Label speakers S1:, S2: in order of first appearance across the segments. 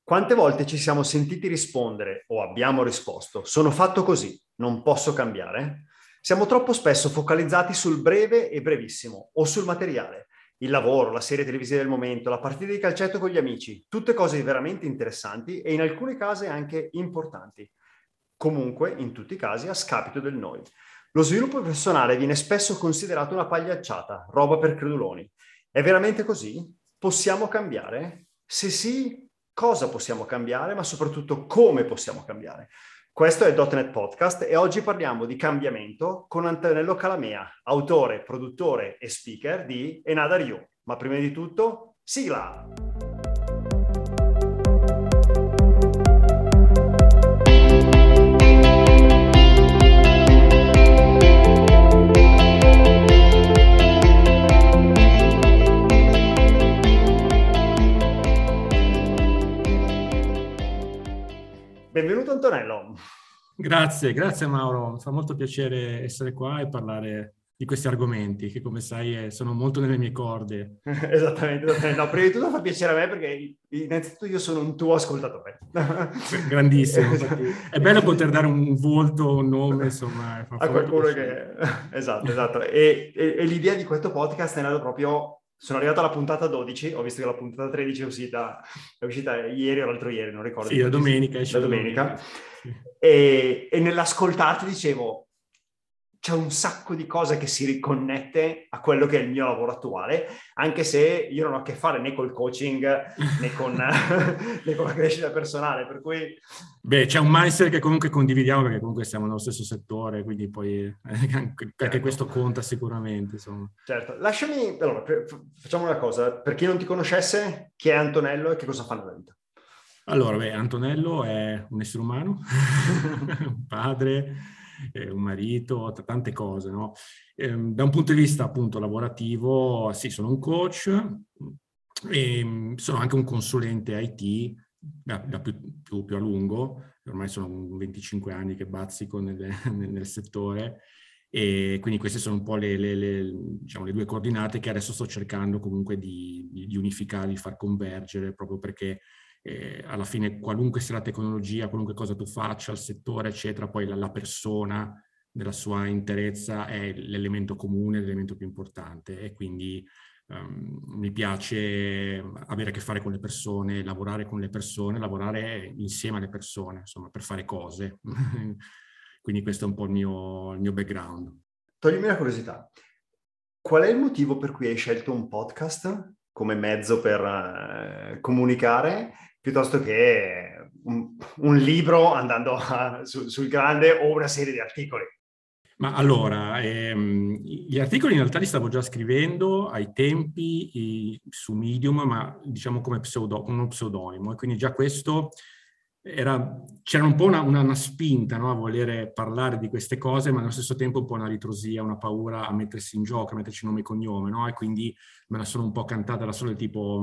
S1: Quante volte ci siamo sentiti rispondere o abbiamo risposto: sono fatto così, non posso cambiare? Siamo troppo spesso focalizzati sul breve e brevissimo o sul materiale. Il lavoro, la serie televisiva del momento, la partita di calcetto con gli amici, tutte cose veramente interessanti e in alcuni casi anche importanti. Comunque, in tutti i casi, a scapito del noi. Lo sviluppo personale viene spesso considerato una pagliacciata, roba per creduloni. È veramente così? Possiamo cambiare? Se sì, cosa possiamo cambiare, ma soprattutto come possiamo cambiare? Questo è il .NET Podcast e oggi parliamo di cambiamento con Antonello Calamea, autore, produttore e speaker di Another You. Ma prima di tutto, sigla! Benvenuto Antonello.
S2: Grazie Mauro, mi fa molto piacere essere qua e parlare di questi argomenti che come sai sono molto nelle mie corde.
S1: Esattamente. No, prima di tutto fa piacere a me perché innanzitutto io sono un tuo ascoltatore.
S2: Grandissimo, infatti è bello poter dare un volto, un nome, insomma,
S1: A
S2: fa molto
S1: qualcuno
S2: piacere.
S1: che... Esatto. E l'idea di questo podcast è nata proprio... Sono arrivato alla puntata 12, ho visto che la puntata 13 è uscita ieri o l'altro ieri, non ricordo
S2: Sì,
S1: di
S2: la
S1: preciso,
S2: domenica, esce
S1: la
S2: la
S1: domenica.
S2: domenica. Sì.
S1: E nell'ascoltarti dicevo, c'è un sacco di cose che si riconnette a quello che è il mio lavoro attuale, anche se io non ho a che fare né col coaching né con, né con la crescita personale, per cui...
S2: Beh, c'è un mindset che comunque condividiamo perché comunque siamo nello stesso settore, quindi poi anche
S1: Certo.
S2: questo conta sicuramente, insomma.
S1: Certo, lasciami, allora, facciamo una cosa, per chi non ti conoscesse, chi è Antonello e che cosa fa nella vita?
S2: Allora, Antonello è un essere umano, un padre, un marito, tante cose, no? Da un punto di vista appunto lavorativo, sì, sono un coach e sono anche un consulente IT da più a lungo, ormai sono 25 anni che bazzico nel settore e quindi queste sono un po' diciamo, le due coordinate che adesso sto cercando comunque di unificare, di far convergere, proprio perché alla fine qualunque sia la tecnologia, qualunque cosa tu faccia, il settore, eccetera, poi la persona nella sua interezza è l'elemento comune, l'elemento più importante e quindi mi piace avere a che fare con le persone, lavorare con le persone, lavorare insieme alle persone, insomma, per fare cose. Quindi questo è un po' il mio background.
S1: Toglimi la curiosità, qual è il motivo per cui hai scelto un podcast come mezzo per comunicare piuttosto che un libro andando sul grande o una serie di articoli?
S2: Ma allora, gli articoli in realtà li stavo già scrivendo ai tempi su Medium, ma diciamo come con uno pseudonimo, e quindi già questo c'era un po' una spinta, no, a volere parlare di queste cose, ma allo stesso tempo un po' una ritrosia, una paura a mettersi in gioco, a metterci nome e cognome, no? E quindi me la sono un po' cantata da solo, tipo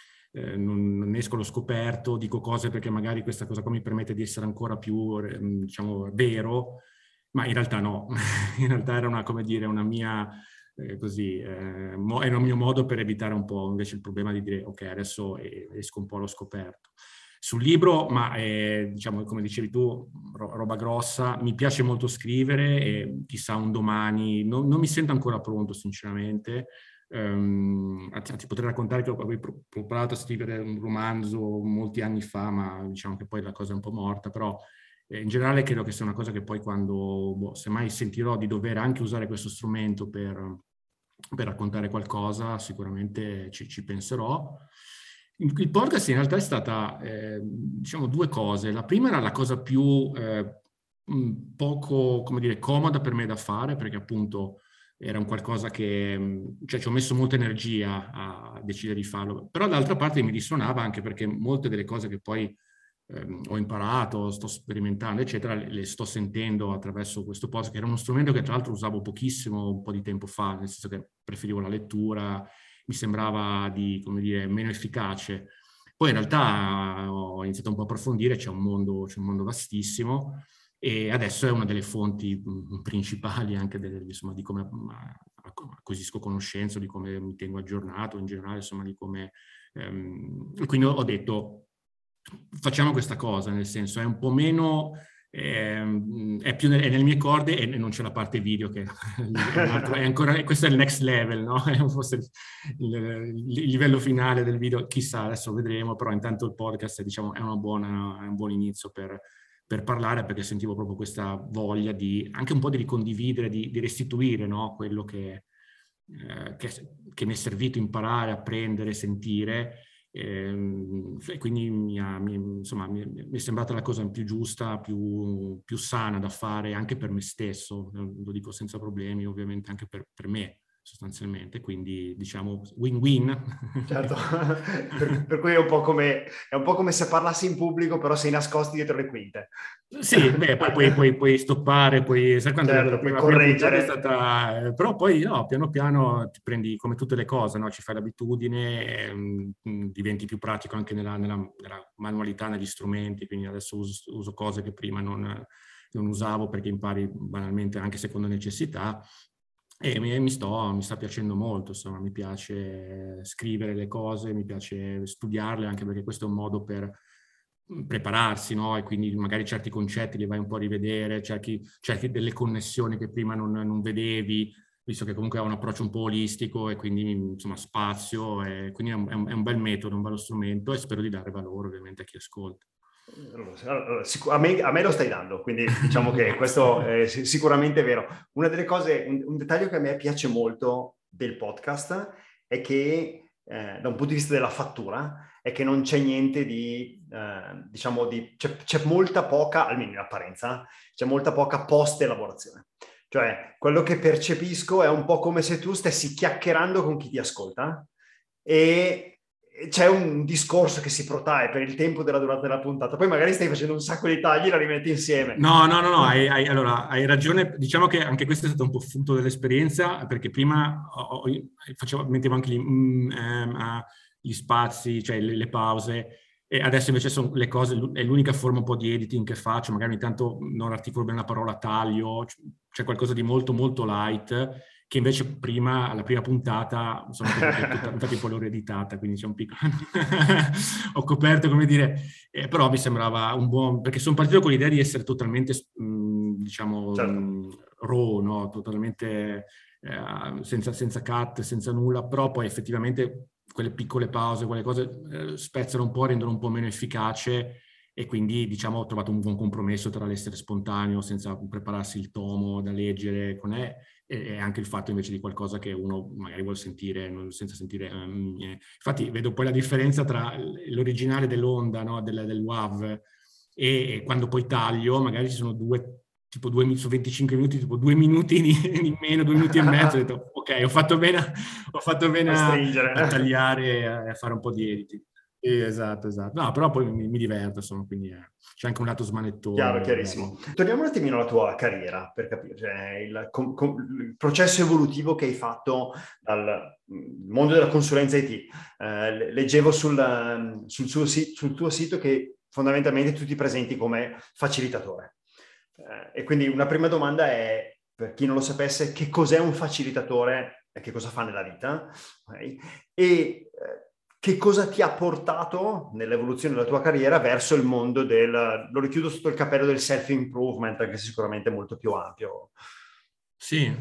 S2: non esco allo scoperto, dico cose perché magari questa cosa qua mi permette di essere ancora più, diciamo, vero. Ma in realtà no, in realtà era come dire, una mia, era un mio modo per evitare un po' invece il problema di dire ok, adesso esco un po' allo scoperto. Sul libro, ma diciamo, come dicevi tu, roba grossa, mi piace molto scrivere e chissà un domani, non mi sento ancora pronto sinceramente, ti potrei raccontare che ho provato a scrivere un romanzo molti anni fa, ma diciamo che poi la cosa è un po' morta, però in generale credo che sia una cosa che poi quando, semmai sentirò di dover anche usare questo strumento per raccontare qualcosa, sicuramente ci penserò. Il podcast in realtà è stata, diciamo, due cose. La prima era la cosa più poco, come dire, comoda per me da fare, perché appunto era un qualcosa che, cioè ci ho messo molta energia a decidere di farlo, però dall'altra parte mi risuonava anche perché molte delle cose che poi ho imparato, sto sperimentando, eccetera, le sto sentendo attraverso questo podcast, che era uno strumento che tra l'altro usavo pochissimo un po' di tempo fa, nel senso che preferivo la lettura, mi sembrava come dire, meno efficace. Poi in realtà ho iniziato un po' a approfondire, c'è un mondo vastissimo e adesso è una delle fonti principali anche insomma, di come acquisisco conoscenza, di come mi tengo aggiornato in generale, insomma, di come... quindi ho detto facciamo questa cosa, nel senso è un po' meno, è più è nelle mie corde e non c'è la parte video che è un altro, è ancora, questo è il next level, no? È forse il livello finale del video, chissà, adesso vedremo, però intanto il podcast diciamo è un buon inizio per parlare, perché sentivo proprio questa voglia di anche un po' di ricondividere, di restituire, no? Quello che mi è servito imparare, apprendere, sentire. E quindi insomma, mi è sembrata la cosa più giusta, più sana da fare anche per me stesso, lo dico senza problemi, ovviamente anche per me sostanzialmente, quindi diciamo win-win.
S1: Certo, per cui è un po' come se parlassi in pubblico, però sei nascosti dietro le quinte.
S2: Sì, beh, poi puoi stoppare, sai quando
S1: Certo, puoi
S2: la prima puntata è
S1: correggere.
S2: stata... però poi no, piano piano ti prendi come tutte le cose, no? Ci fai l'abitudine, diventi più pratico anche nella manualità, negli strumenti, quindi adesso uso cose che prima non usavo perché impari banalmente anche secondo necessità. E mi sta piacendo molto, insomma, mi piace scrivere le cose, mi piace studiarle, anche perché questo è un modo per prepararsi, no? E quindi magari certi concetti li vai un po' a rivedere, cerchi delle connessioni che prima non vedevi, visto che comunque ha un approccio un po' olistico e quindi insomma spazio, e quindi è un bel metodo, un bello strumento e spero di dare valore ovviamente a chi ascolta.
S1: Allora, a me lo stai dando, quindi diciamo che questo è sicuramente vero. Una delle cose, un dettaglio che a me piace molto del podcast è che da un punto di vista della fattura è che non c'è niente diciamo c'è molta poca, almeno in apparenza, c'è molta poca post-elaborazione. Cioè, quello che percepisco è un po' come se tu stessi chiacchierando con chi ti ascolta e c'è un discorso che si protrae per il tempo della durata della puntata. Poi magari stai facendo un sacco di tagli e la rimetti insieme.
S2: No, allora, hai ragione. Diciamo che anche questo è stato un po' frutto dell'esperienza, perché prima mettevo anche gli spazi, cioè le pause, e adesso invece sono le cose, è l'unica forma un po' di editing che faccio, magari ogni tanto non articolo bene la parola taglio, c'è qualcosa di molto molto light, che invece prima, alla prima puntata, sono infatti poi l'ho reeditata, quindi c'è un piccolo... ho coperto, come dire, però mi sembrava un buon... perché sono partito con l'idea di essere totalmente, diciamo,
S1: certo.
S2: raw, no? Totalmente senza cut, senza nulla, però poi effettivamente quelle piccole pause, quelle cose spezzano un po', rendono un po' meno efficace, e quindi diciamo ho trovato un buon compromesso tra l'essere spontaneo senza prepararsi il tomo da leggere e anche il fatto invece di qualcosa che uno magari vuole sentire senza sentire infatti vedo poi la differenza tra l'originale dell'Onda, no? del WAV, e quando poi taglio magari ci sono tipo 25 minuti, tipo 2 minuti di meno, 2 minuti e mezzo, ho detto ok, ho fatto bene
S1: A stringere.
S2: a tagliare e a fare un po' di editing. Esatto. No, però poi mi diverto, insomma, quindi c'è anche un lato smanettone.
S1: Chiarissimo. Torniamo un attimino alla tua carriera, per capire, cioè il processo evolutivo che hai fatto dal mondo della consulenza IT. Leggevo sul tuo sito che fondamentalmente tu ti presenti come facilitatore. E quindi una prima domanda è, per chi non lo sapesse, che cos'è un facilitatore e che cosa fa nella vita? Okay? E che cosa ti ha portato nell'evoluzione della tua carriera verso il mondo lo richiudo sotto il cappello del self-improvement, anche se sicuramente è molto più ampio.
S2: Sì.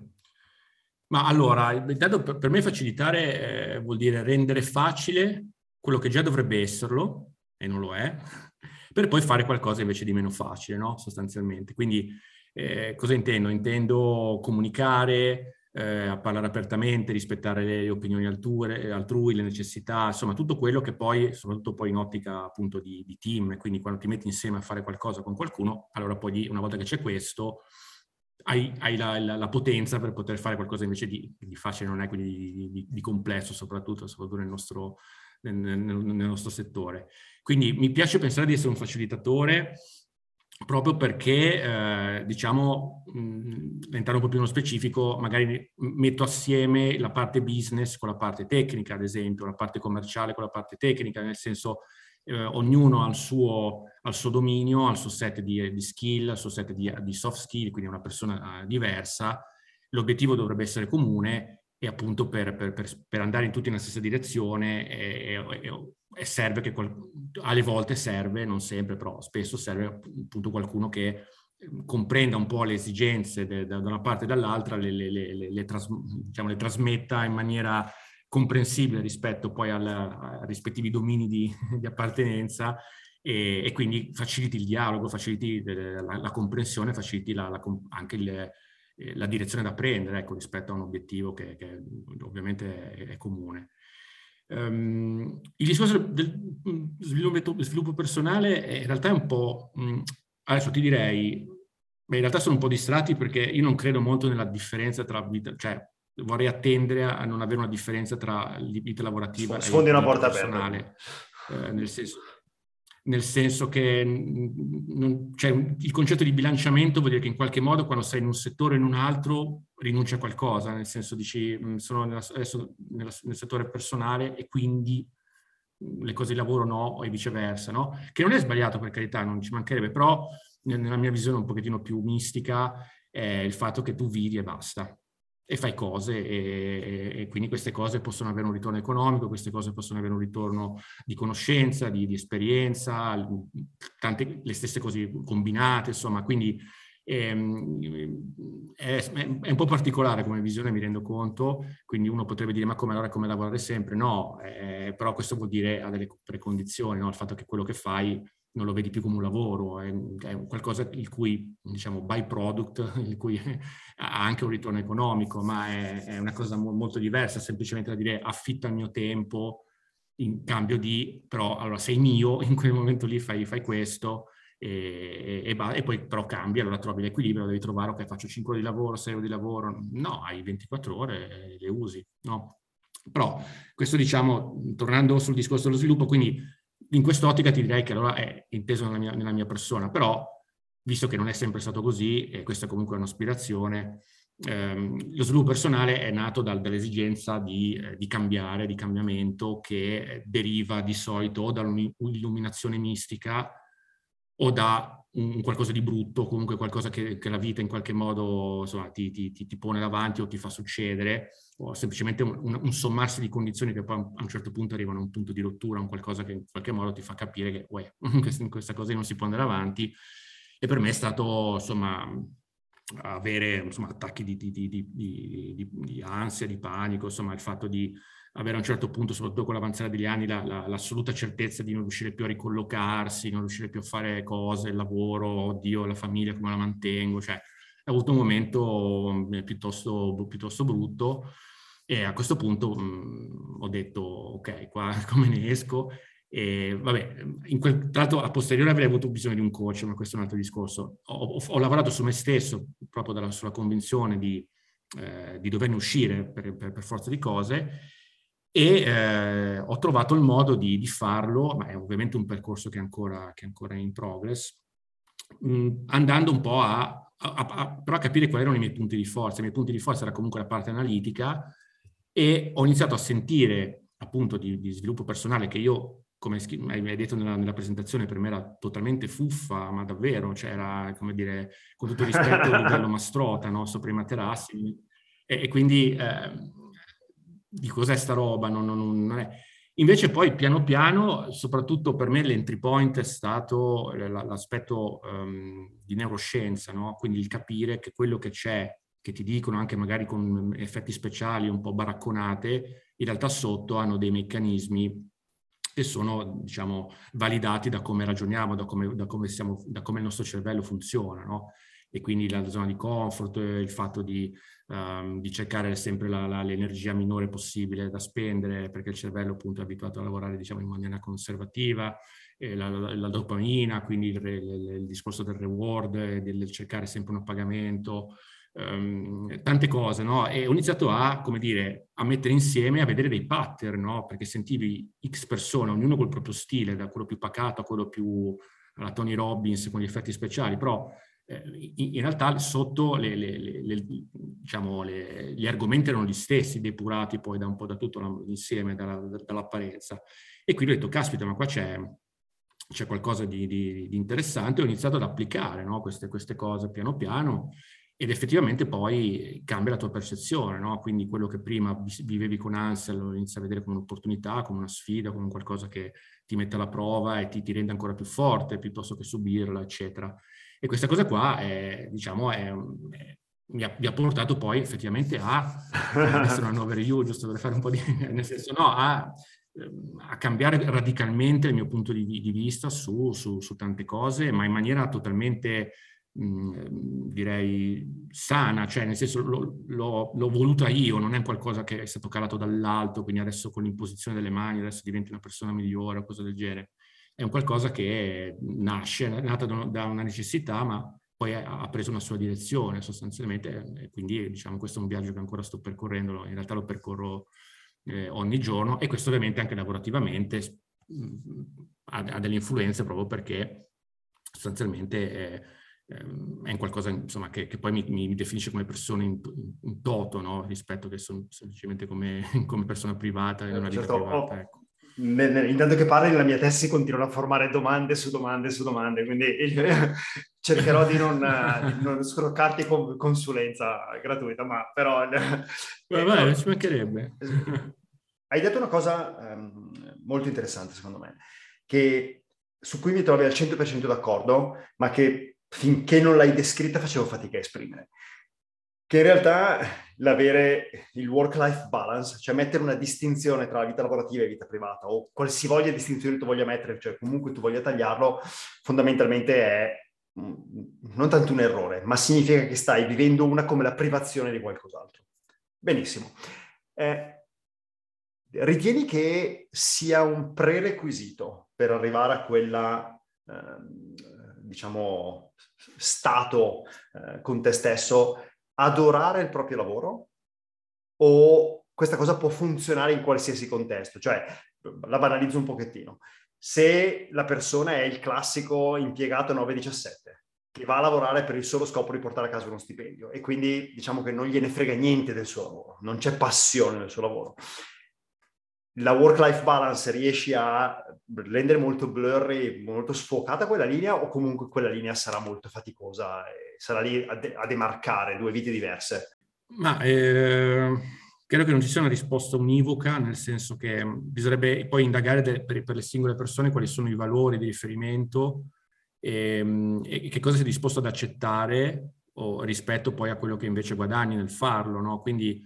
S2: Ma allora, intanto per me facilitare vuol dire rendere facile quello che già dovrebbe esserlo, e non lo è, per poi fare qualcosa invece di meno facile, no? Sostanzialmente. Quindi cosa intendo? Intendo comunicare, parlare apertamente, rispettare le opinioni altrui, le necessità, insomma tutto quello che poi, soprattutto poi in ottica appunto di team, quindi quando ti metti insieme a fare qualcosa con qualcuno, allora poi una volta che c'è questo, hai la potenza per poter fare qualcosa invece di facile, non è, quindi di complesso, soprattutto nel nostro settore. Quindi mi piace pensare di essere un facilitatore proprio perché, diciamo, entrare un po' più nello specifico, magari metto assieme la parte business con la parte tecnica, ad esempio, la parte commerciale con la parte tecnica, nel senso ognuno ha il suo dominio, ha il suo set di skill, il suo set di soft skill, quindi è una persona diversa. L'obiettivo dovrebbe essere comune e appunto per andare in tutti nella stessa direzione serve che alle volte serve, non sempre, però spesso serve appunto qualcuno che comprenda un po' le esigenze da una parte e dall'altra, le trasmetta in maniera comprensibile rispetto poi ai rispettivi domini di appartenenza, e quindi faciliti il dialogo, faciliti la comprensione, faciliti anche la direzione da prendere, ecco, rispetto a un obiettivo che ovviamente è comune. Il discorso del sviluppo personale in realtà è un po'... adesso ti direi, in realtà sono un po' distratti perché io non credo molto nella differenza tra vita, cioè vorrei attendere a non avere una differenza tra vita lavorativa e
S1: Sfondi una
S2: vita
S1: porta
S2: personale,
S1: aperta.
S2: nel senso che cioè, il concetto di bilanciamento vuol dire che in qualche modo quando sei in un settore o in un altro rinunci a qualcosa, nel senso dici sono adesso nel settore personale e quindi le cose di lavoro no, o viceversa, no? Che non è sbagliato, per carità, non ci mancherebbe, però nella mia visione un pochettino più mistica è il fatto che tu vivi e basta, e fai cose, e quindi queste cose possono avere un ritorno economico, queste cose possono avere un ritorno di conoscenza, di esperienza, le stesse cose combinate, insomma, quindi è un po' particolare come visione, mi rendo conto, quindi uno potrebbe dire ma come allora come lavorare sempre? No, però questo vuol dire ha delle precondizioni, no? Il fatto che quello che fai non lo vedi più come un lavoro, è qualcosa il cui, diciamo, byproduct, il cui ha anche un ritorno economico, ma è una cosa molto diversa, semplicemente da dire affitto il mio tempo in cambio di, però allora sei mio, in quel momento lì fai questo, e poi però cambi, allora trovi l'equilibrio, devi trovare, ok, faccio 5 ore di lavoro, 6 ore di lavoro, no, hai 24 ore e le usi, no? Però questo, diciamo, tornando sul discorso dello sviluppo, quindi in quest'ottica ti direi che allora è inteso nella mia persona, però visto che non è sempre stato così, e questa comunque è un'aspirazione, lo sviluppo personale è nato dall'esigenza di cambiare, di cambiamento, che deriva di solito o dall'illuminazione mistica o da un qualcosa di brutto, comunque qualcosa che la vita in qualche modo, insomma, ti pone davanti o ti fa succedere, o semplicemente un sommarsi di condizioni che poi a un certo punto arrivano a un punto di rottura, un qualcosa che in qualche modo ti fa capire che in questa cosa non si può andare avanti. E per me è stato, insomma, avere, insomma, attacchi di ansia, di panico, insomma, il fatto di avere a un certo punto, soprattutto con l'avanzare degli anni, l'assoluta certezza di non riuscire più a ricollocarsi, non riuscire più a fare cose, il lavoro, oddio, la famiglia come la mantengo, cioè ho avuto un momento piuttosto brutto, e a questo punto ho detto ok, qua come ne esco? E vabbè, tra l'altro a posteriore avrei avuto bisogno di un coach, ma questo è un altro discorso. Ho lavorato su me stesso proprio sulla convinzione di doverne uscire per forza di cose, e ho trovato il modo di farlo, ma è ovviamente un percorso che è ancora in progress, andando un po' però a capire quali erano i miei punti di forza. I miei punti di forza era comunque la parte analitica, e ho iniziato a sentire appunto di sviluppo personale, che io, come hai detto nella presentazione, per me era totalmente fuffa, ma davvero, cioè era, come dire, con tutto il rispetto, livello Mastrota, no? Sopra i materassi, e quindi di cos'è sta roba? Non è. Invece poi piano piano, soprattutto per me l'entry point è stato l'aspetto di neuroscienza, no? Quindi il capire che quello che c'è, che ti dicono anche magari con effetti speciali un po' baracconate, in realtà sotto hanno dei meccanismi che sono, diciamo, validati da come ragioniamo, da come il nostro cervello funziona, no? E quindi la zona di comfort, il fatto di cercare sempre l'energia minore possibile da spendere, perché il cervello appunto è abituato a lavorare, diciamo, in maniera conservativa, la dopamina, quindi il discorso del reward, del cercare sempre un appagamento, tante cose, no? E ho iniziato come dire, a mettere insieme, a vedere dei pattern, no? Perché sentivi X persone, ognuno col proprio stile, da quello più pacato a quello più alla Tony Robbins con gli effetti speciali, però in realtà sotto diciamo, gli argomenti erano gli stessi, depurati poi da un po' da tutto l'insieme, dall'apparenza. E quindi ho detto, caspita, ma qua c'è qualcosa di interessante. Ho iniziato ad applicare, no? queste cose piano piano, ed effettivamente poi cambia la tua percezione, no? Quindi quello che prima vivevi con ansia lo inizi a vedere come un'opportunità, come una sfida, come qualcosa che ti mette alla prova e ti rende ancora più forte piuttosto che subirla, eccetera. E questa cosa qua, mi ha portato poi effettivamente adesso non over you, giusto per fare un po' di... nel senso, no, a cambiare radicalmente il mio punto di vista su tante cose, ma in maniera totalmente, direi, sana, cioè nel senso l'ho voluta io, non è qualcosa che è stato calato dall'alto, quindi adesso con l'imposizione delle mani adesso diventi una persona migliore o cose del genere. È un qualcosa che è nata da una necessità, ma poi ha preso una sua direzione sostanzialmente, e quindi diciamo questo è un viaggio che ancora sto percorrendo, in realtà lo percorro ogni giorno, e questo ovviamente anche lavorativamente ha delle influenze proprio perché sostanzialmente è un qualcosa insomma, che poi mi definisce come persona in toto, no? Rispetto che sono semplicemente come persona privata in una vita
S1: Certo,
S2: privata, ecco.
S1: Intanto che parli nella mia testa si continuano a formare domande su domande su domande, quindi cercherò di non scroccarti con consulenza gratuita, ma però...
S2: Vabbè, non ci mancherebbe.
S1: Hai detto una cosa molto interessante, secondo me, su cui mi trovi al 100% d'accordo, ma che finché non l'hai descritta facevo fatica a esprimere. Che in realtà l'avere il work-life balance, cioè mettere una distinzione tra la vita lavorativa e vita privata, o qualsivoglia distinzione tu voglia mettere, cioè comunque tu voglia tagliarlo, fondamentalmente è non tanto un errore, ma significa che stai vivendo una come la privazione di qualcos'altro. Benissimo. Ritieni che sia un prerequisito per arrivare a quella, diciamo, stato con te stesso, adorare il proprio lavoro, o questa cosa può funzionare in qualsiasi contesto? Cioè, la banalizzo un pochettino. Se la persona è il classico impiegato 9-17, che va a lavorare per il solo scopo di portare a casa uno stipendio e quindi diciamo che non gliene frega niente del suo lavoro, non c'è passione nel suo lavoro, la work-life balance riesci a rendere molto blurry, molto sfocata quella linea, o comunque quella linea sarà molto faticosa e sarà lì a demarcare due vite diverse?
S2: Ma credo che non ci sia una risposta univoca, nel senso che bisognerebbe poi indagare per le singole persone quali sono i valori di riferimento e che cosa sei disposto ad accettare rispetto poi a quello che invece guadagni nel farlo, no? Quindi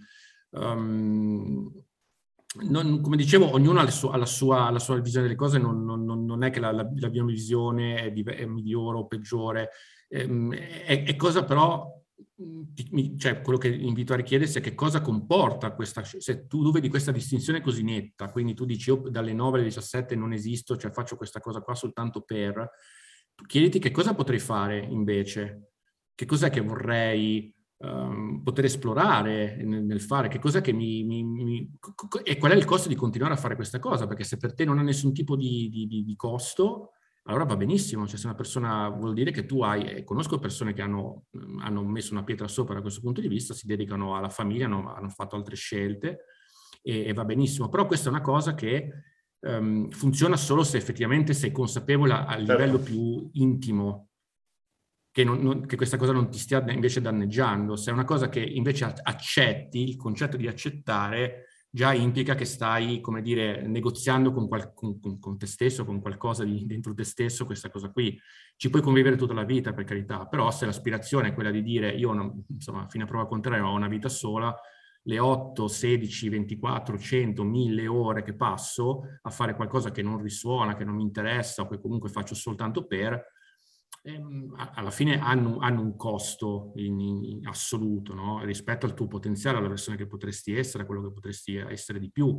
S2: come dicevo, ognuno ha la sua visione delle cose, non è che la mia visione è migliore o peggiore, è cosa però, cioè quello che invito a richiedersi è che cosa comporta questa, se tu vedi questa distinzione così netta, quindi tu dici io dalle 9 alle 17 non esisto, cioè faccio questa cosa qua soltanto per, tu chiediti che cosa potrei fare invece, che cos'è che vorrei poter esplorare nel fare, che cos'è che e qual è il costo di continuare a fare questa cosa, perché se per te non ha nessun tipo di costo, allora va benissimo, cioè se una persona vuol dire che tu hai, e conosco persone che hanno messo una pietra sopra da questo punto di vista, si dedicano alla famiglia, hanno fatto altre scelte e va benissimo, però questa è una cosa che funziona solo se effettivamente sei consapevole a livello più intimo che questa cosa non ti stia invece danneggiando. Se è una cosa che invece accetti, il concetto di accettare già implica che stai, come dire, negoziando con te stesso, con qualcosa dentro te stesso, questa cosa qui. Ci puoi convivere tutta la vita, per carità, però se l'aspirazione è quella di dire io, insomma, fino a prova contraria ho una vita sola, le 8, 16, 24, 100, 1000 ore che passo a fare qualcosa che non risuona, che non mi interessa o che comunque faccio soltanto per, alla fine hanno un costo in assoluto, no? Rispetto al tuo potenziale, alla versione che potresti essere, a quello che potresti essere di più.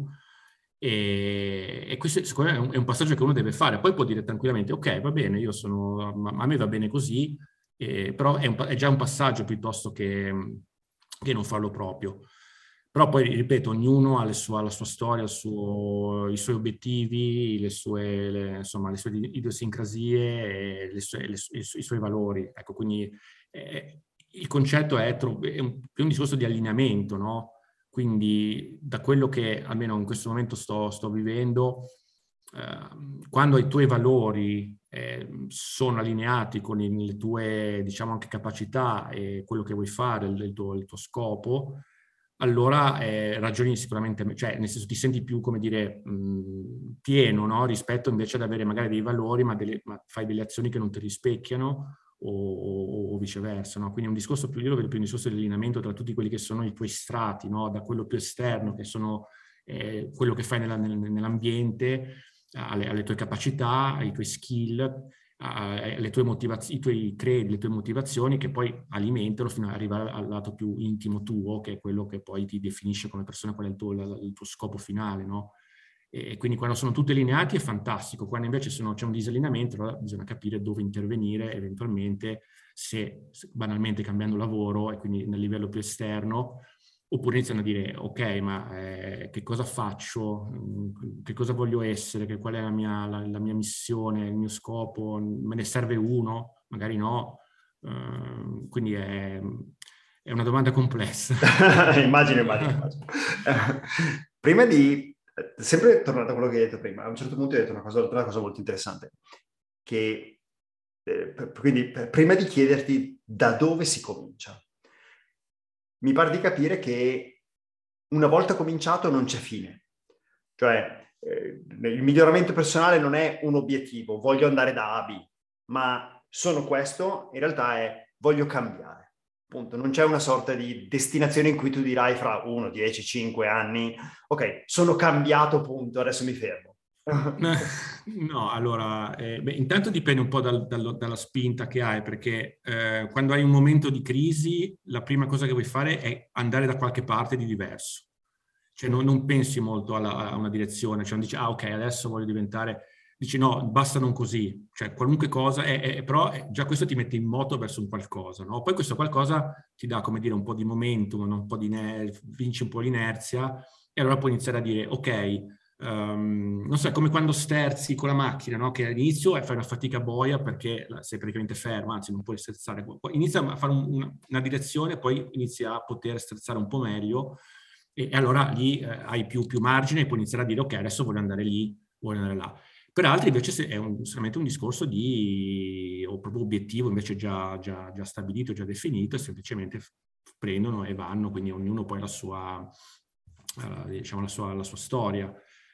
S2: E questo è un passaggio che uno deve fare. Poi può dire tranquillamente, ok, va bene, a me va bene così, però è già un passaggio piuttosto che non farlo proprio. Però poi, ripeto, ognuno ha la sua storia, i suoi obiettivi, insomma, le sue idiosincrasie, i suoi valori. Ecco, quindi il concetto è più un discorso di allineamento, no? Quindi da quello che almeno in questo momento sto vivendo, quando i tuoi valori sono allineati con le tue, diciamo, anche capacità e quello che vuoi fare, il tuo scopo, allora ragioni sicuramente, cioè nel senso ti senti più, come dire, pieno, no? Rispetto invece ad avere magari dei valori, ma fai delle azioni che non ti rispecchiano o viceversa, no? Quindi è un discorso più, io lo vedo più un discorso di allineamento tra tutti quelli che sono i tuoi strati, no? Da quello più esterno, che sono quello che fai nell'ambiente, alle tue capacità, ai tuoi skill, alle tue i tuoi credi, le tue motivazioni, che poi alimentano fino ad arrivare al lato più intimo tuo, che è quello che poi ti definisce come persona, qual è il tuo scopo finale, no? E quindi quando sono tutti allineati è fantastico, quando invece c'è un disallineamento, allora bisogna capire dove intervenire eventualmente, se banalmente cambiando lavoro e quindi nel livello più esterno, oppure iniziano a dire ok, ma che cosa faccio, che cosa voglio essere, qual è la mia missione, il mio scopo, me ne serve uno, magari no. Quindi è una domanda complessa.
S1: Immagino. Prima di... Sempre tornato a quello che hai detto prima, a un certo punto hai detto una cosa molto interessante, che quindi prima di chiederti da dove si comincia, mi pare di capire che una volta cominciato non c'è fine. Cioè, il miglioramento personale non è un obiettivo, voglio andare da A a B, ma sono questo, in realtà è voglio cambiare. Punto. Non c'è una sorta di destinazione in cui tu dirai fra 1, 10, 5 anni, ok, sono cambiato, punto, adesso mi fermo.
S2: No, allora, intanto dipende un po' dalla spinta che hai, perché quando hai un momento di crisi, la prima cosa che vuoi fare è andare da qualche parte di diverso. Cioè non pensi molto a una direzione, cioè non dici, ah ok, adesso voglio diventare... Dici no, basta non così, cioè qualunque cosa, però già questo ti mette in moto verso un qualcosa, no? Poi questo qualcosa ti dà, come dire, un po' di momentum, un po' vinci un po' l'inerzia e allora puoi iniziare a dire, ok, non so, è come quando sterzi con la macchina, no? Che all'inizio fai una fatica boia perché sei praticamente fermo, anzi non puoi sterzare. Poi inizia a fare una direzione, poi inizia a poter sterzare un po' meglio e allora lì hai più margine e puoi iniziare a dire ok, adesso voglio andare lì, voglio andare là. Per altri invece è solamente un discorso o proprio obiettivo invece già stabilito, già definito, e semplicemente prendono e vanno, quindi ognuno poi ha diciamo la sua storia.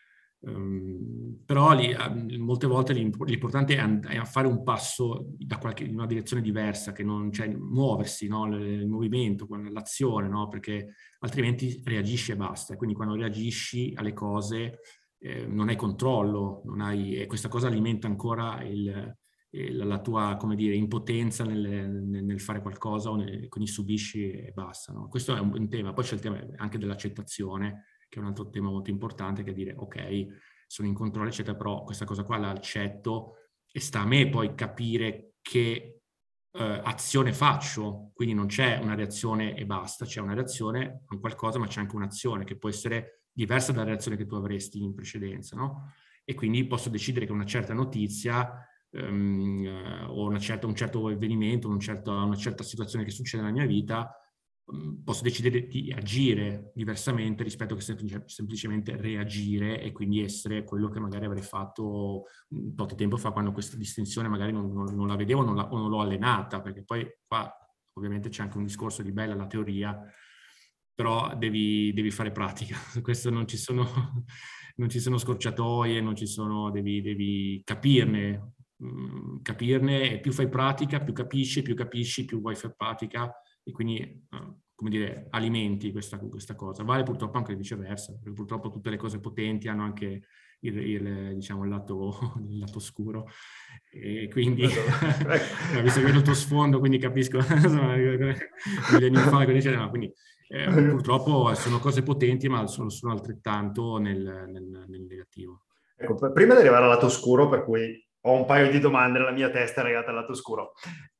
S2: Però molte volte l'importante è fare un passo in una direzione diversa, che non c'è muoversi, no? Il movimento, l'azione, no? Perché altrimenti reagisci e basta. Quindi quando reagisci alle cose non hai controllo, e questa cosa alimenta ancora la tua, come dire, impotenza nel fare qualcosa, quindi subisci e basta. No? Questo è un tema. Poi c'è il tema anche dell'accettazione, che è un altro tema molto importante, che è dire ok, sono in controllo, eccetera, però questa cosa qua la accetto e sta a me poi capire che azione faccio, quindi non c'è una reazione e basta, c'è una reazione a qualcosa, ma c'è anche un'azione che può essere diversa dalla reazione che tu avresti in precedenza, no? E quindi posso decidere che una certa notizia o un certo avvenimento, una certa situazione che succede nella mia vita, posso decidere di agire diversamente rispetto che semplicemente reagire e quindi essere quello che magari avrei fatto un po' di tempo fa, quando questa distinzione magari non la vedevo o non l'ho allenata, perché poi qua ovviamente c'è anche un discorso di bella la teoria, però devi fare pratica. Questo non ci sono scorciatoie, devi capirne e più fai pratica, più capisci, più vuoi fare pratica e quindi, come dire, alimenti questa cosa. Vale purtroppo anche viceversa, perché purtroppo tutte le cose potenti hanno anche diciamo, il lato oscuro. E quindi, visto che vedo il tuo sfondo, quindi capisco, insomma, millenni fa, quindi purtroppo sono cose potenti, ma sono altrettanto nel negativo.
S1: Ecco, prima di arrivare al lato oscuro, per cui ho un paio di domande nella mia testa legate al lato oscuro,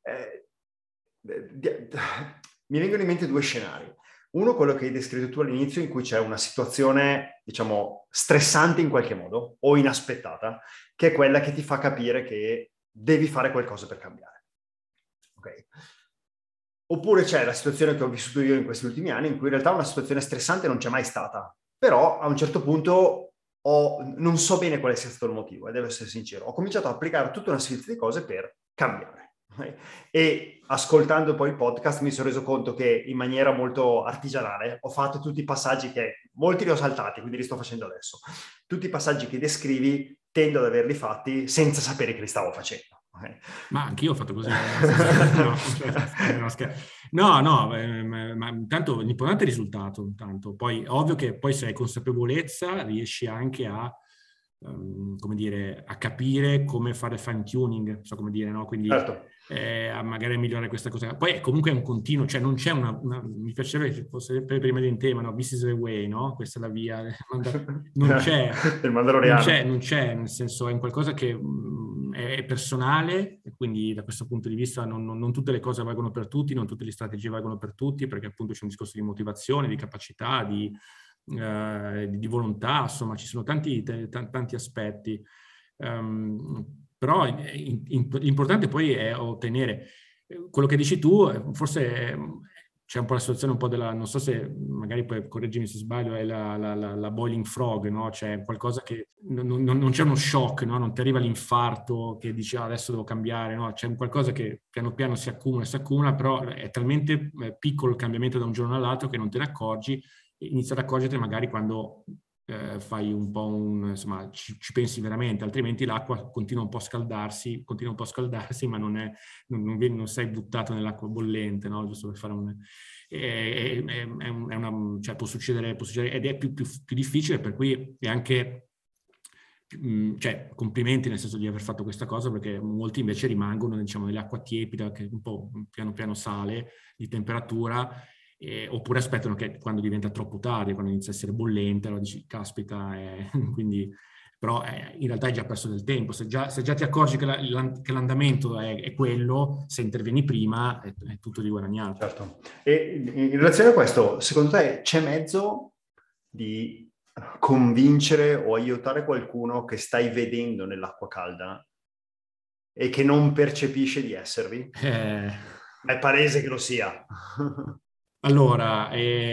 S1: mi vengono in mente due scenari. Uno, quello che hai descritto tu all'inizio, in cui c'è una situazione, diciamo, stressante in qualche modo, o inaspettata, che è quella che ti fa capire che devi fare qualcosa per cambiare. Ok? Oppure c'è la situazione che ho vissuto io in questi ultimi anni, in cui in realtà una situazione stressante non c'è mai stata, però a un certo punto non so bene quale sia stato il motivo, e devo essere sincero. Ho cominciato ad applicare tutta una serie di cose per cambiare. E ascoltando poi il podcast mi sono reso conto che in maniera molto artigianale ho fatto tutti i passaggi che molti li ho saltati, quindi li sto facendo adesso. Tutti i passaggi che descrivi tendo ad averli fatti senza sapere che li stavo facendo.
S2: Ma anch'io ho fatto così. Ma intanto l'importante è il risultato. Intanto. Poi ovvio che poi se hai consapevolezza riesci anche a, come dire, a capire come fare fine tuning, so come dire, no? Quindi
S1: certo.
S2: a magari migliorare questa cosa. Poi comunque è un continuo, cioè non c'è mi piacerebbe che fosse rimanere in tema, no? This is the way, no? Questa è la via. Non c'è,
S1: il Mandaloriano.
S2: non c'è, nel senso è un qualcosa che è personale, e quindi da questo punto di vista non tutte le cose valgono per tutti, non tutte le strategie valgono per tutti, perché appunto c'è un discorso di motivazione, di capacità, di volontà, insomma ci sono tanti aspetti. Però l'importante poi è ottenere quello che dici tu, forse c'è un po' la situazione un po' della, non so se magari poi correggimi se sbaglio, è la boiling frog, no? C'è qualcosa che non c'è uno shock, no? Non ti arriva l'infarto che dici adesso devo cambiare, no? C'è un qualcosa che piano piano si accumula, però è talmente piccolo il cambiamento da un giorno all'altro che non te ne accorgi, inizi ad accorgerti magari quando fai un po' insomma, ci pensi veramente, altrimenti l'acqua continua un po' a scaldarsi, ma non sei buttato nell'acqua bollente, no? Giusto per fare cioè può succedere ed è più difficile, per cui è anche cioè complimenti nel senso di aver fatto questa cosa, perché molti invece rimangono, diciamo, nell'acqua tiepida che un po' piano piano sale di temperatura. Oppure aspettano che quando diventa troppo tardi, quando inizia a essere bollente, allora dici, caspita, quindi, però in realtà hai già perso del tempo. Se già ti accorgi che l'andamento è quello, se intervieni prima è tutto riguadagnato.
S1: Certo. E in relazione a questo, secondo te c'è mezzo di convincere o aiutare qualcuno che stai vedendo nell'acqua calda e che non percepisce di esservi? È palese che lo sia.
S2: Allora,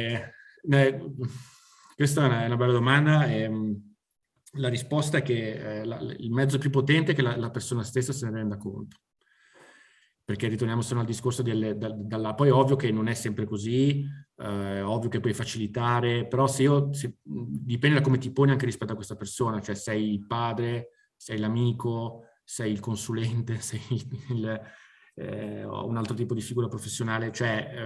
S2: questa è una bella domanda. La risposta è che il mezzo più potente è che la persona stessa se ne renda conto. Perché ritorniamo solo al discorso poi è ovvio che non è sempre così, ovvio che puoi facilitare, però dipende da come ti poni anche rispetto a questa persona, cioè sei il padre, sei l'amico, sei il consulente, sei un altro tipo di figura professionale, cioè,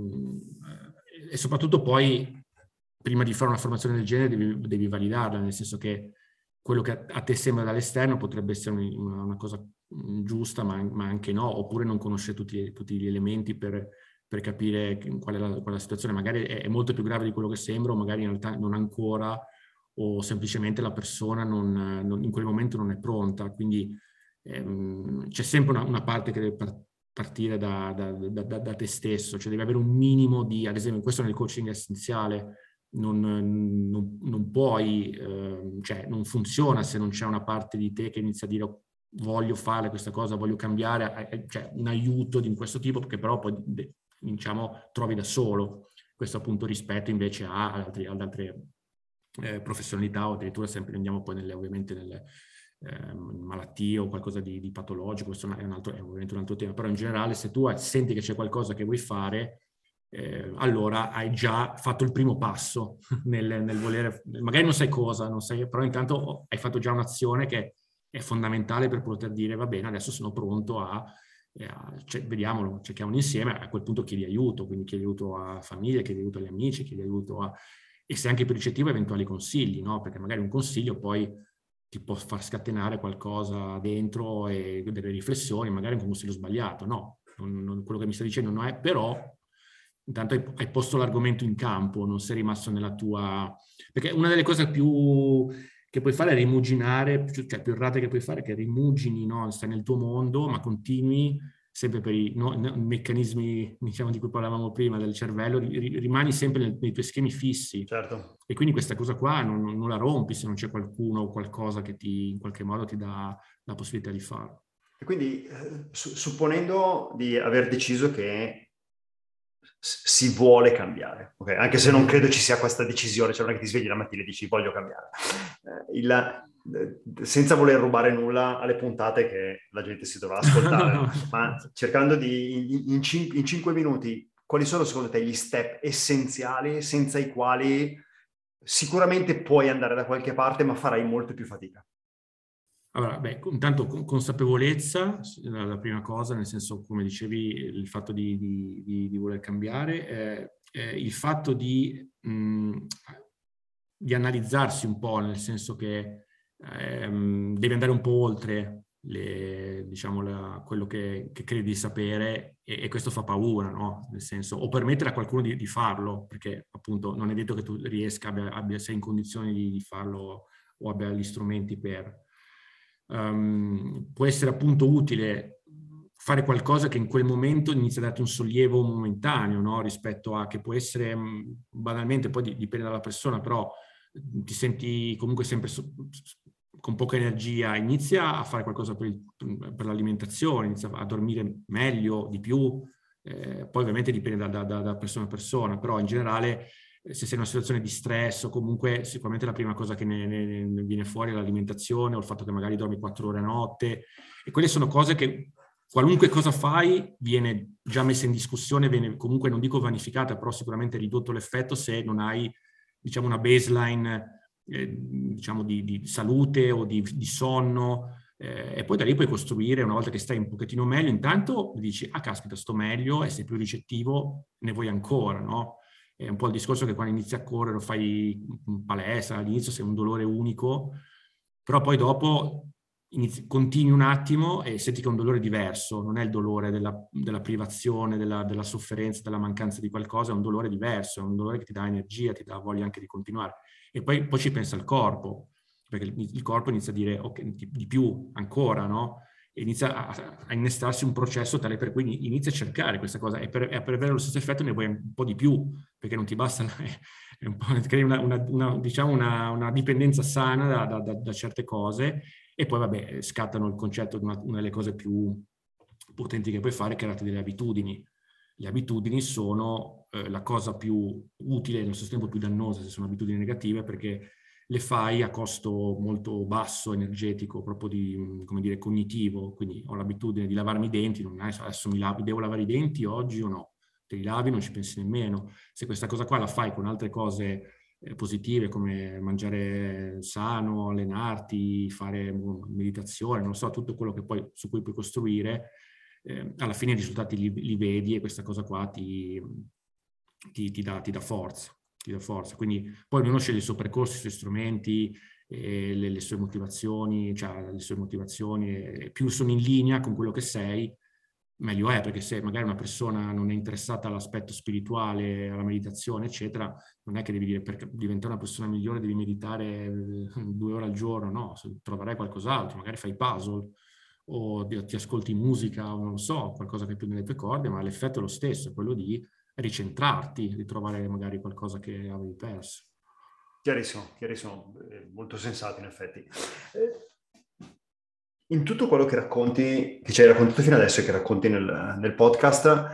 S2: e soprattutto poi prima di fare una formazione del genere devi validarla, nel senso che quello che a te sembra dall'esterno potrebbe essere una cosa giusta, ma anche no, oppure non conosce tutti gli elementi per capire qual è la situazione. Magari è molto più grave di quello che sembra, o magari in realtà non ancora, o semplicemente la persona in quel momento non è pronta. Quindi c'è sempre una parte che deve partire da te stesso, cioè devi avere un minimo di, ad esempio, questo nel coaching è essenziale. Non puoi, cioè non funziona se non c'è una parte di te che inizia a dire voglio fare questa cosa, voglio cambiare, cioè un aiuto di questo tipo, perché però poi diciamo trovi da solo questo appunto rispetto invece ad altre professionalità, o addirittura sempre andiamo poi ovviamente nelle malattie o qualcosa di patologico. Questo è ovviamente un altro tema, però in generale se tu senti che c'è qualcosa che vuoi fare, allora hai già fatto il primo passo nel volere, magari non sai cosa, però intanto hai fatto già un'azione che è fondamentale per poter dire va bene, adesso sono pronto vediamolo, cerchiamolo insieme. A quel punto chiedi aiuto, quindi chiedi aiuto a famiglia, chiedi aiuto agli amici, chiedi aiuto e sei anche più ricettivo a eventuali consigli, no? Perché magari un consiglio poi ti può far scatenare qualcosa dentro e delle riflessioni, magari un consiglio sbagliato, no? Quello che mi stai dicendo non è, però intanto hai posto l'argomento in campo, non sei rimasto nella tua... Perché una delle cose che puoi fare è rimuginare, cioè più errate che puoi fare è che rimugini, no? Stai nel tuo mondo, ma continui sempre per i meccanismi, diciamo, di cui parlavamo prima del cervello, rimani sempre nei tuoi schemi fissi.
S1: Certo.
S2: E quindi questa cosa qua non la rompi se non c'è qualcuno o qualcosa che in qualche modo ti dà la possibilità di farlo.
S1: E quindi, supponendo di aver deciso che si vuole cambiare, okay? Anche se non credo ci sia questa decisione, cioè non è che ti svegli la mattina e dici voglio cambiare. Senza voler rubare nulla alle puntate che la gente si dovrà ascoltare,
S2: No.
S1: ma cercando di in 5 minuti, quali sono secondo te gli step essenziali senza i quali sicuramente puoi andare da qualche parte, ma farai molto più fatica?
S2: Allora, intanto consapevolezza, la prima cosa, nel senso, come dicevi, il fatto di voler cambiare, il fatto di analizzarsi un po', nel senso che devi andare un po' oltre quello che credi di sapere e questo fa paura, no? Nel senso, o permettere a qualcuno di farlo, perché appunto non è detto che tu riesca, sei in condizioni di farlo o abbia gli strumenti per... può essere appunto utile fare qualcosa che in quel momento inizia a darti un sollievo momentaneo, no? Rispetto a che può essere banalmente, poi dipende dalla persona, però ti senti comunque sempre con poca energia, inizia a fare qualcosa per l'alimentazione, inizia a dormire meglio, di più, poi ovviamente dipende da persona a persona, però in generale se sei in una situazione di stress o comunque sicuramente la prima cosa che ne viene fuori è l'alimentazione o il fatto che magari dormi 4 ore a notte, e quelle sono cose che qualunque cosa fai viene già messa in discussione, viene comunque, non dico vanificata, però sicuramente ridotto l'effetto se non hai, diciamo, una baseline diciamo di salute o di sonno, e poi da lì puoi costruire, una volta che stai un pochettino meglio, intanto dici, ah caspita, sto meglio, e sei più ricettivo, ne vuoi ancora, no? È un po' il discorso che quando inizi a correre o fai in palestra, all'inizio sei un dolore unico, però poi dopo continui un attimo e senti che è un dolore diverso, non è il dolore della privazione, della sofferenza, della mancanza di qualcosa, è un dolore diverso, è un dolore che ti dà energia, ti dà voglia anche di continuare. E poi ci pensa il corpo, perché il corpo inizia a dire ok, di più, ancora, no? E inizia a innestarsi un processo tale per cui inizia a cercare questa cosa e per avere lo stesso effetto ne vuoi un po' di più, perché non ti basta, è un po', crei diciamo una dipendenza sana da certe cose, e poi vabbè scattano il concetto di una delle cose più potenti che puoi fare, che è creare delle abitudini. Le abitudini sono la cosa più utile e nello stesso tempo più dannosa se sono abitudini negative, perché le fai a costo molto basso, energetico, proprio di, come dire, cognitivo. Quindi ho l'abitudine di lavarmi i denti, non è adesso devo lavare i denti oggi o no? Te li lavi, non ci pensi nemmeno. Se questa cosa qua la fai con altre cose positive come mangiare sano, allenarti, fare meditazione, non so, tutto quello che poi, su cui puoi costruire, alla fine i risultati li vedi e questa cosa qua ti dà forza. Ti dà forza. Quindi poi ognuno sceglie il suo percorso, i suoi strumenti, le sue motivazioni, cioè le sue motivazioni, e più sono in linea con quello che sei, meglio è, perché se magari una persona non è interessata all'aspetto spirituale, alla meditazione, eccetera, non è che devi dire per diventare una persona migliore devi meditare 2 ore al giorno, no, troverai qualcos'altro, magari fai puzzle o ti ascolti musica, o non lo so, qualcosa che è più nelle tue corde, ma l'effetto è lo stesso, è quello di ricentrarti, di trovare magari qualcosa che avevi perso.
S1: Chiarissimo, molto sensato in effetti. In tutto quello che racconti, che ci hai raccontato fino adesso e che racconti nel podcast,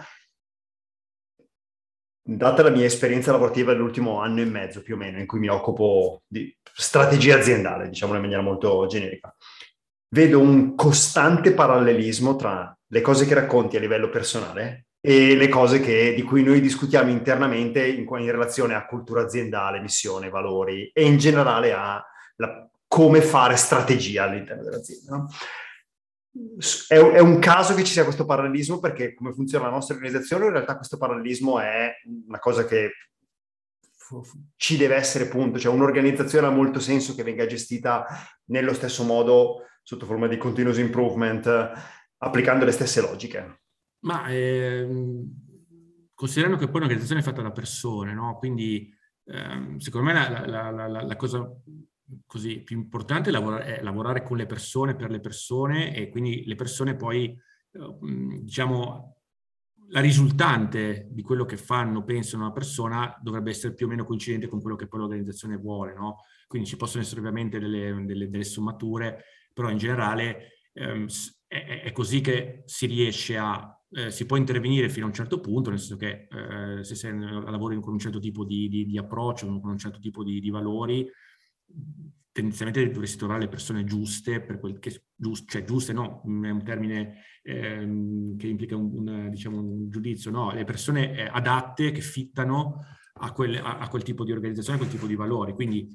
S1: data la mia esperienza lavorativa dell'ultimo anno e mezzo più o meno, in cui mi occupo di strategia aziendale, diciamo in maniera molto generica, vedo un costante parallelismo tra le cose che racconti a livello personale e le cose di cui noi discutiamo internamente in relazione a cultura aziendale, missione, valori e in generale a come fare strategia all'interno dell'azienda. No? È un caso che ci sia questo parallelismo, perché come funziona la nostra organizzazione in realtà questo parallelismo è una cosa che ci deve essere, punto. Cioè un'organizzazione ha molto senso che venga gestita nello stesso modo, sotto forma di continuous improvement, applicando le stesse logiche.
S2: Ma considerando che poi un'organizzazione è fatta da persone, no? Quindi secondo me la cosa così più importante è lavorare con le persone, per le persone, e quindi le persone poi, diciamo, la risultante di quello che fanno, pensano una persona, dovrebbe essere più o meno coincidente con quello che poi l'organizzazione vuole, no? Quindi ci possono essere ovviamente delle sfumature, però in generale è così che si riesce a si può intervenire fino a un certo punto, nel senso che se lavori con un certo tipo di approccio, con un certo tipo di valori, tendenzialmente dovresti trovare le persone giuste per quel che cioè giuste no, è un termine che implica diciamo, un giudizio, no, le persone adatte che fittano a quel tipo di organizzazione, a quel tipo di valori. Quindi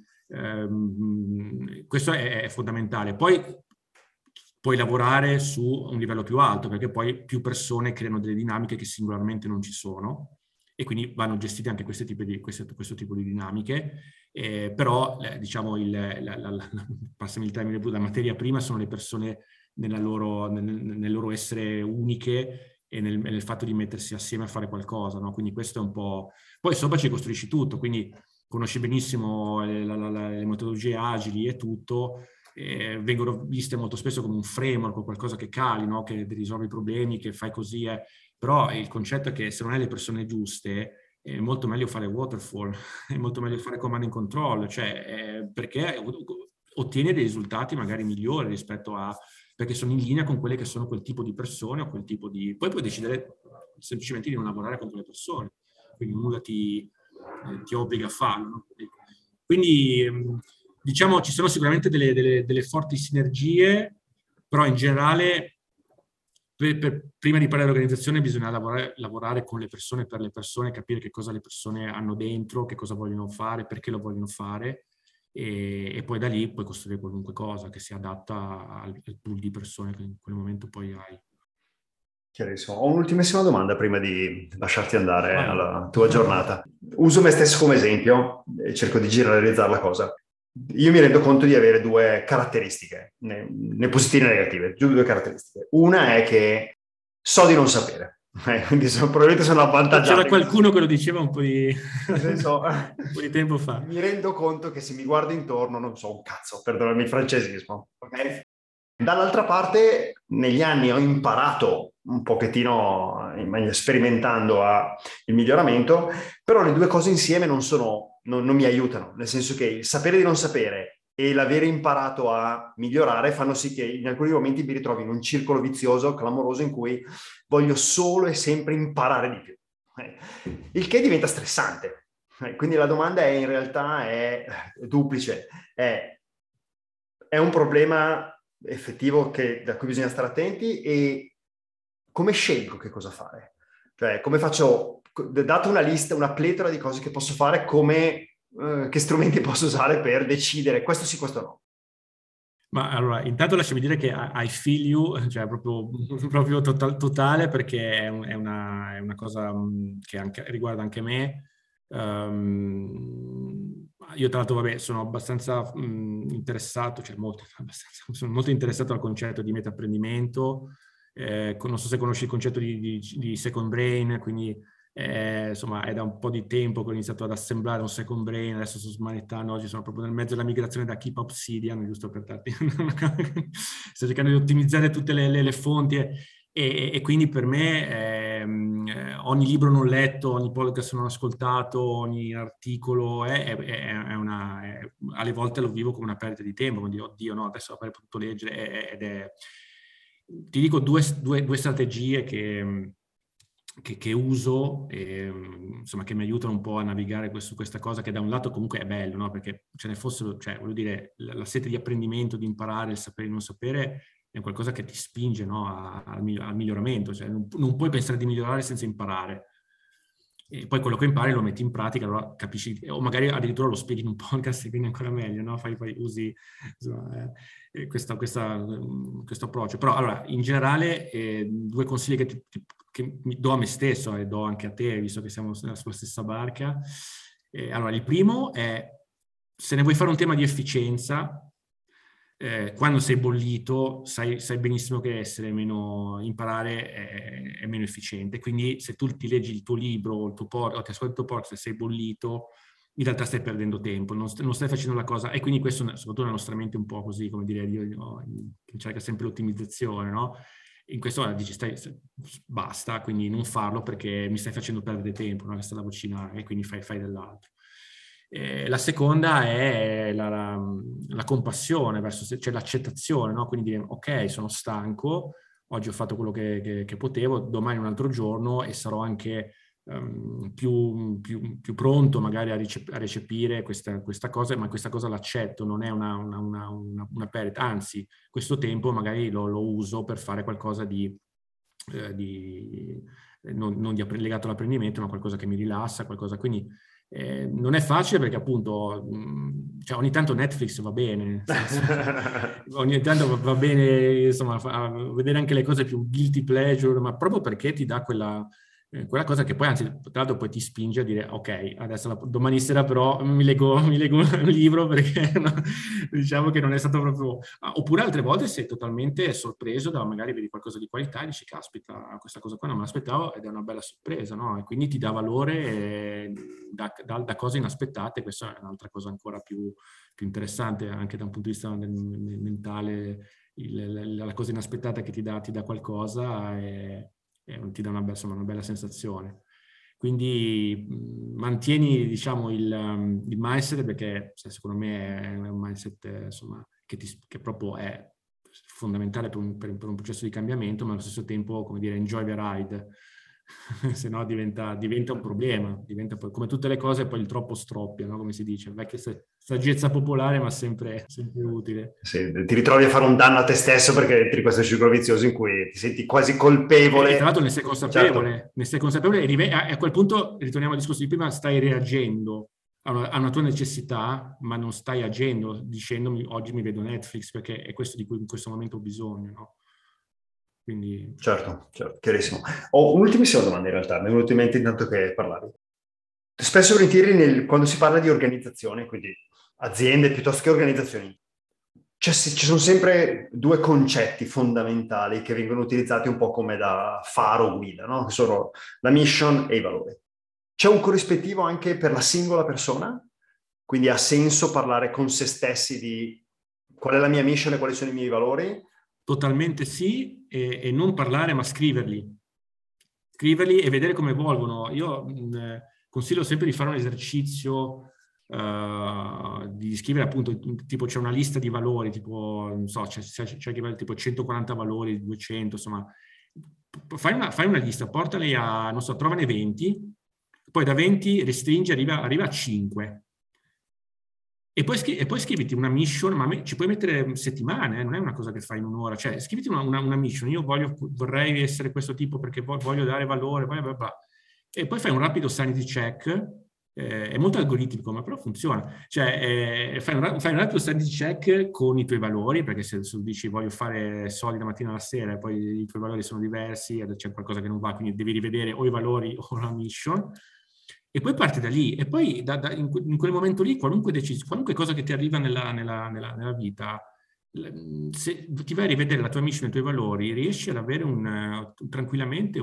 S2: questo è fondamentale. Poi puoi lavorare su un livello più alto, perché poi più persone creano delle dinamiche che singolarmente non ci sono, e quindi vanno gestite anche questo tipo di dinamiche. Però, diciamo, passami il termine, la materia prima sono le persone nel loro essere uniche e nel fatto di mettersi assieme a fare qualcosa, no? Quindi questo è un po'... Poi sopra ci costruisci tutto, quindi conosci benissimo le metodologie agili e tutto, vengono viste molto spesso come un framework o qualcosa che cali, no? Che risolvi i problemi, che fai così. Però il concetto è che se non hai le persone giuste è molto meglio fare waterfall, è molto meglio fare command and control, cioè perché ottieni dei risultati magari migliori rispetto a... perché sono in linea con quelle che sono quel tipo di persone o quel tipo di... Poi puoi decidere semplicemente di non lavorare con quelle persone, quindi nulla ti obbliga a farlo, no? Quindi diciamo ci sono sicuramente delle forti sinergie, però in generale prima di parlare di organizzazione bisogna lavorare con le persone, per le persone, capire che cosa le persone hanno dentro, che cosa vogliono fare, perché lo vogliono fare, e poi da lì puoi costruire qualunque cosa che si adatta al pool di persone che in quel momento poi hai.
S1: Chiarissimo. Ho un'ultimissima domanda prima di lasciarti andare
S2: Vai.
S1: alla tua giornata. Uso me stesso come esempio e cerco di generalizzare la cosa. Io mi rendo conto di avere due caratteristiche, né positive né negative, giusto due caratteristiche. Una è che so di non sapere, quindi probabilmente sono avvantaggiato.
S2: C'era qualcuno che lo diceva un po' di,
S1: Nel senso,
S2: un po' di tempo fa.
S1: Mi rendo conto che se mi guardo intorno non so un cazzo, perdonami il francesismo. Okay? Dall'altra parte, negli anni ho imparato un pochettino, sperimentando il miglioramento, però le due cose insieme non mi aiutano, nel senso che il sapere di non sapere e l'avere imparato a migliorare fanno sì che in alcuni momenti mi ritrovi in un circolo vizioso, clamoroso, in cui voglio solo e sempre imparare di più. Il che diventa stressante. Quindi la domanda in realtà è duplice. È un problema effettivo da cui bisogna stare attenti, e come scelgo che cosa fare? Cioè, come faccio, dato una lista, una pletora di cose che posso fare, che strumenti posso usare per decidere questo sì, questo no?
S2: Ma allora, intanto lasciami dire che I feel you, cioè proprio totale, perché è una cosa che riguarda anche me. Io tra l'altro, vabbè, sono abbastanza interessato, cioè sono molto interessato al concetto di metaapprendimento. Non so se conosci il concetto di second brain, quindi insomma è da un po' di tempo che ho iniziato ad assemblare un second brain, adesso sto smanettando, oggi sono proprio nel mezzo della migrazione da Keep Obsidian, giusto per darti sto cercando di ottimizzare tutte le fonti, e quindi per me ogni libro non letto, ogni podcast non ascoltato, ogni articolo alle volte lo vivo come una perdita di tempo, quindi oddio no, adesso avrei potuto leggere, ed è... Ti dico due strategie che uso, insomma, che mi aiutano un po' a navigare questa cosa, che da un lato comunque è bello, no? Perché ce ne fossero, cioè, voglio dire, la sete di apprendimento, di imparare, il sapere di non sapere, è qualcosa che ti spinge, no? al miglioramento, cioè non puoi pensare di migliorare senza imparare. E poi quello che impari lo metti in pratica, allora capisci, o magari addirittura lo spieghi in un podcast, quindi ancora meglio, no? Usi insomma, questo approccio. Però allora, in generale, due consigli che mi do a me stesso e do anche a te, visto che siamo sulla stessa barca. Allora, il primo è, se ne vuoi fare un tema di efficienza, quando sei bollito sai benissimo che imparare è meno efficiente, quindi se tu ti leggi il tuo libro o ti ascolti il tuo podcast e sei bollito, in realtà stai perdendo tempo, non stai facendo la cosa, e quindi questo soprattutto nella nostra mente un po' così, come dire, che cerca sempre l'ottimizzazione, no? In questo momento dici basta, quindi non farlo perché mi stai facendo perdere tempo, no? Questa è la vocina, e quindi fai dell'altro. La seconda è la compassione, cioè l'accettazione, no? Quindi dire ok, sono stanco, oggi ho fatto quello che potevo, domani è un altro giorno e sarò anche più pronto magari a recepire questa cosa, ma questa cosa l'accetto, non è una perdita, anzi questo tempo magari lo uso per fare qualcosa non legato all'apprendimento, ma qualcosa che mi rilassa, qualcosa. Quindi non è facile perché appunto cioè, ogni tanto Netflix va bene, ogni tanto va bene insomma vedere anche le cose più guilty pleasure, ma proprio perché ti dà quella cosa che poi anzi tra l'altro poi ti spinge a dire ok, adesso domani sera però mi leggo un libro perché no, diciamo che non è stato proprio... Oppure altre volte sei totalmente sorpreso da magari vedi qualcosa di qualità e dici caspita, questa cosa qua non me l'aspettavo ed è una bella sorpresa, no? E quindi ti dà valore da cose inaspettate. Questa è un'altra cosa ancora più interessante anche da un punto di vista mentale, la cosa inaspettata che ti dà qualcosa e ti dà una bella sensazione. Quindi mantieni, diciamo, il mindset, perché secondo me è un mindset insomma, che proprio è fondamentale per un processo di cambiamento, ma allo stesso tempo, come dire, enjoy the ride, se no diventa un problema, diventa poi, come tutte le cose, poi il troppo stroppia, no? Come si dice, vecchia saggezza popolare, ma sempre utile.
S1: Sì, ti ritrovi a fare un danno a te stesso perché entri in questo circolo vizioso in cui ti senti quasi colpevole.
S2: E tra l'altro
S1: Certo.
S2: ne sei consapevole e a quel punto, ritorniamo al discorso di prima, stai reagendo a una tua necessità, ma non stai agendo dicendomi oggi mi vedo Netflix perché è questo di cui in questo momento ho bisogno, no? Quindi...
S1: Certo, chiarissimo. Ho un'ultimissima domanda in realtà, mi è venuto in mente intanto che parlavi. Spesso e volentieri quando si parla di organizzazione, quindi aziende piuttosto che organizzazioni, ci sono sempre due concetti fondamentali che vengono utilizzati un po' come da faro guida, no? Che sono la mission e i valori. C'è un corrispettivo anche per la singola persona? Quindi ha senso parlare con se stessi di qual è la mia mission e quali sono i miei valori?
S2: Totalmente sì, e non parlare ma scriverli e vedere come evolvono. Io consiglio sempre di fare un esercizio di scrivere appunto, tipo c'è una lista di valori, tipo, non so, c'è tipo 140 valori, 200, insomma. Fai una lista, portali a, non so, trovane 20, poi da 20 restringi, arriva a 5. E poi scriviti una mission, ma ci puoi mettere settimane, non è una cosa che fai in un'ora, cioè scriviti una mission, io vorrei essere questo tipo perché voglio dare valore, blah blah blah. E poi fai un rapido sanity check, è molto algoritmico, ma però funziona. Cioè fai un rapido sanity check con i tuoi valori, perché se dici voglio fare soldi da mattina alla sera e poi i tuoi valori sono diversi ed c'è qualcosa che non va, quindi devi rivedere o i valori o la mission. E poi parti da lì, e poi in quel momento lì qualunque cosa che ti arriva nella vita, se ti vai a rivedere la tua mission e i tuoi valori, riesci ad avere tranquillamente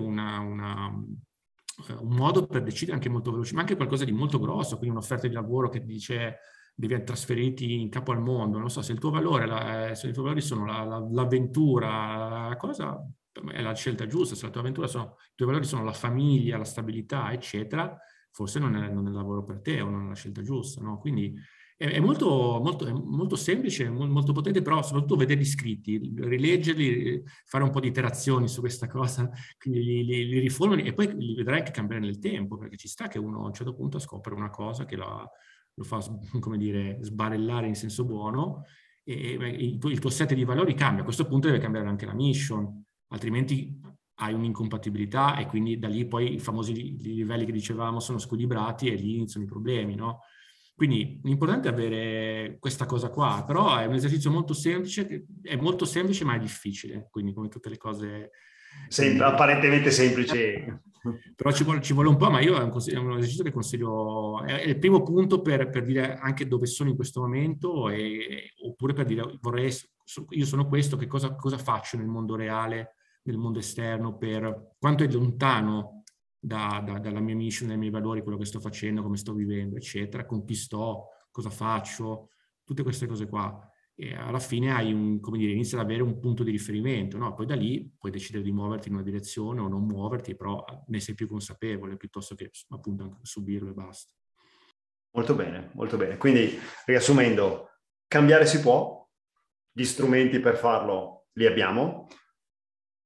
S2: un modo per decidere anche molto veloce, ma anche qualcosa di molto grosso, quindi un'offerta di lavoro che ti dice devi trasferirti in capo al mondo, non so, se il tuo valore, se i tuoi valori sono l'avventura, la cosa è la scelta giusta, se la tua avventura i tuoi valori sono la famiglia, la stabilità, eccetera, forse non è il lavoro per te o non è la scelta giusta, no? Quindi è molto semplice, molto potente, però soprattutto vederli scritti, rileggerli, fare un po' di iterazioni su questa cosa, quindi li riformuli e poi li vedrai che cambiare nel tempo, perché ci sta che uno a un certo punto scopre una cosa che lo fa, come dire, sbarellare in senso buono e il tuo set di valori cambia. A questo punto deve cambiare anche la mission, altrimenti hai un'incompatibilità e quindi da lì poi i famosi livelli che dicevamo sono squilibrati e lì iniziano i problemi, no? Quindi l'importante è avere questa cosa qua, però è un esercizio molto semplice, è molto semplice ma è difficile, quindi come tutte le cose...
S1: Apparentemente semplici.
S2: Però ci vuole un po', ma io è un esercizio che consiglio, è il primo punto per dire anche dove sono in questo momento, oppure per dire io sono questo, che cosa faccio nel mondo reale, nel mondo esterno, per quanto è lontano dalla mia mission, dai miei valori, quello che sto facendo, come sto vivendo, eccetera, con chi sto, cosa faccio, tutte queste cose qua. E alla fine inizi ad avere un punto di riferimento, no? Poi da lì puoi decidere di muoverti in una direzione o non muoverti, però ne sei più consapevole piuttosto che appunto anche subirlo e basta.
S1: Molto bene, molto bene. Quindi, riassumendo, cambiare si può, gli strumenti per farlo li abbiamo,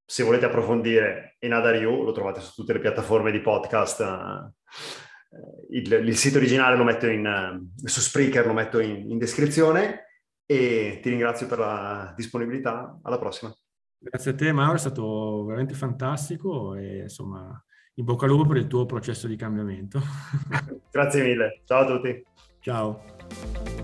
S1: se volete approfondire Enada.ru, lo trovate su tutte le piattaforme di podcast. Il sito originale lo metto su Spreaker, lo metto in descrizione, e ti ringrazio per la disponibilità. Alla prossima.
S2: Grazie a te, Mauro, è stato veramente fantastico e insomma, in bocca al lupo per il tuo processo di cambiamento.
S1: Grazie mille, ciao a tutti.
S2: Ciao.